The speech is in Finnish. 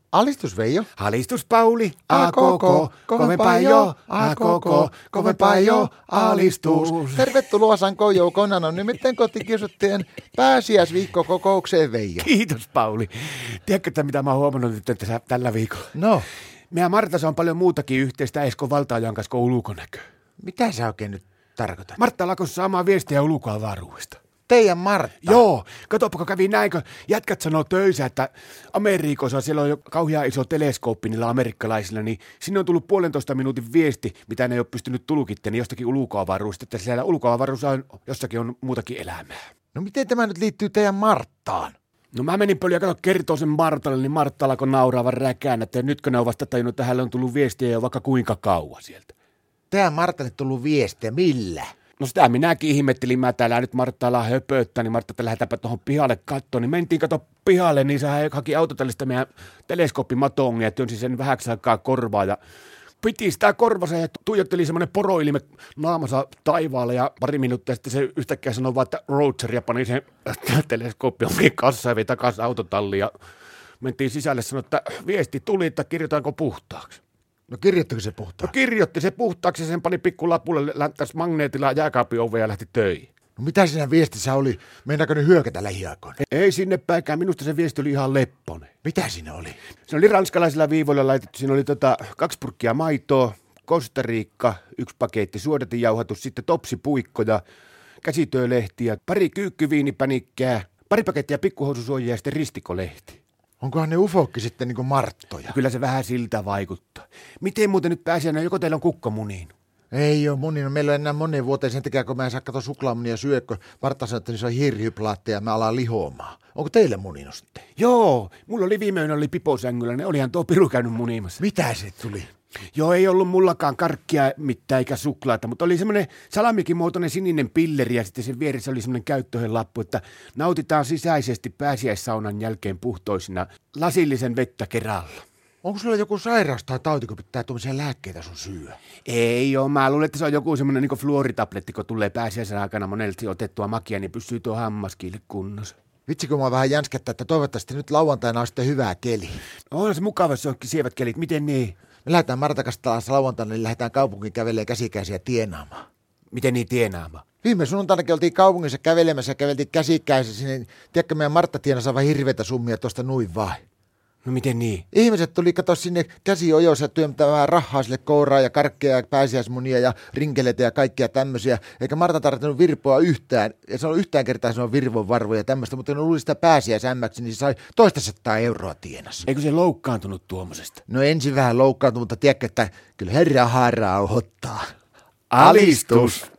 Alistus Veijo. Alistus Pauli, a koko, kovempaa jo, a koko, kovempaa jo, alistus. Tervetuloa Sanko Joukona, no nimittäin kotikiusattujen pääsiäisviikkokokoukseen Veijo. Kiitos Pauli. Tiedätkö, että mitä mä oon huomannut nyt tällä viikolla? No, Meidän Martassa on paljon muutakin yhteistä Esko Valtaajan kanssa kuin ulkonäkö. mitä sä oikein nyt tarkoitat? Martta alkoi saamaan viestiä ulkoavaruudesta. Teidän Martta? Joo, katoppa kun kävi näin, kun jätkät sanoo töissä, että Amerikossa siellä on jo kauhean iso teleskooppi niillä amerikkalaisilla, niin sinne on tullut 1,5 minuutin viesti, mitä ne ei ole pystynyt tulkittamaan, niin jostakin ulkoavaruudesta, että siellä ulkoavaruudessa on jossakin on muutakin elämää. No miten tämä nyt liittyy teidän Marttaan? No mä menin pölyä ja kertoo sen Martalle, niin Martta alkoi nauraavan räkään, että nytkö ne on vasta tajunnut, että hänelle on tullut viestiä jo vaikka kuinka kauan sieltä. Teidän Martalle tullut viestiä, millä? No sitä minäkin ihmettelin, mä täällä nyt Marttalla höpöttää, niin Martta, että lähdetäänpä tuohon pihalle kattoon. Niin mentiin kato pihalle, niin sehän haki autotallista meidän teleskooppimatongia ja työnsi sen vähäksi aikaa korvaa. Ja piti sitä korvassa ja tuijotteli semmoinen poroilme naamansa taivaalle ja pari minuuttia sitten se yhtäkkiä sanoi vaan, että Roger, ja pani sen teleskooppi onkin kassaan ja vei takaisin autotalliin. Ja mentiin sisälle ja sanoi, että viesti tuli, että kirjoitaanko puhtaaksi. No kirjoittiko se No puhtaan? kirjoitti se puhtaaksi ja sen pani pikkulapulle, länttäisi magneetilla jääkaapin oveen ja lähti töihin. No mitä siinä viestissä oli? Meinaako ne hyökätä lähiaikoina? Ei sinne päinkään, minusta se viesti oli ihan lepponen. Mitä siinä oli? Se oli ranskalaisilla viivoilla laitettu, siinä oli 2 purkkia maitoa, Costa Rica, 1 paketti suodatinjauhatus, sitten topsipuikkoja, käsityölehtiä, pari kyykkyviinipänikkää, 2 pakettia pikkuhoususuojia ja sitten ristikolehti. Onkohan ne ufokki sitten niinku Marttoja? Kyllä se vähän siltä vaikuttaa. Miten muuten nyt pääsiäinen, joko teillä on kukkamuniin? Ei oo muni, no meillä on enää moneen vuoteen sen takia, kun mä en saa katsoa suklaamunia syödä, kun Martta sanoi, että se on hirhyplaatteja ja mä alan lihoamaan. Onko teille munino sitten? Joo, mulla oli viime yönä oli piposängyllä, ne olihan tuo piru käynyt munimassa. Mitä se tuli? Joo, ei ollut mullakaan karkkia mitään eikä suklaata, mutta oli semmoinen salamikin muotoinen sininen pilleri ja sitten sen vieressä oli semmoinen käyttöhönlappu, että nautitaan sisäisesti pääsiäissaunan jälkeen puhtoisina lasillisen vettä kerralla. Onko sulla joku sairaus tai tauti, kun pitää tuommoisia lääkkeitä sun syö? Ei oo, mä luulen, että se on joku semmoinen niin fluoritabletti, kun tulee pääsiäisen aikana monelti otettua makia, niin pysyy tuo hammaskiille kunnossa. Vitsi, kun mä vähän jänskättää, että toivottavasti nyt lauantaina on sitten hyvää keli. On se mukava, jos onkin sievät kelit, miten niin? Me lähdetään Martakasta lauantaina, niin lähdetään kaupunkiin kävelemään käsikäisiä tienaamaan. Miten niin tienaamaan? Viime sunnuntainakin oltiin kaupungissa kävelemässä ja käveltiin käsikäisiä sinne. Tiedätkö, meidän Martta tienasi aivan hirveitä summia tuosta nuin vai? No miten niin? Ihmiset tuli kato sinne käsiojoissa työntämään rahaa sille kouraa ja karkkeja ja pääsiäismunia ja rinkeleitä ja kaikkia tämmöisiä. Eikä Marta tarvinnut virpoa yhtään. Ja se on yhtään kertaa se on virvon varvoja ja tämmöistä, mutta kun luuli sitä pääsiäisämmäksi, niin se sai 200 euroa tienas. Eikö se loukkaantunut tuommoisesta? No ensin vähän loukkaantui, mutta tiedätkö, että kyllä herra haaraa ottaa. Alistus!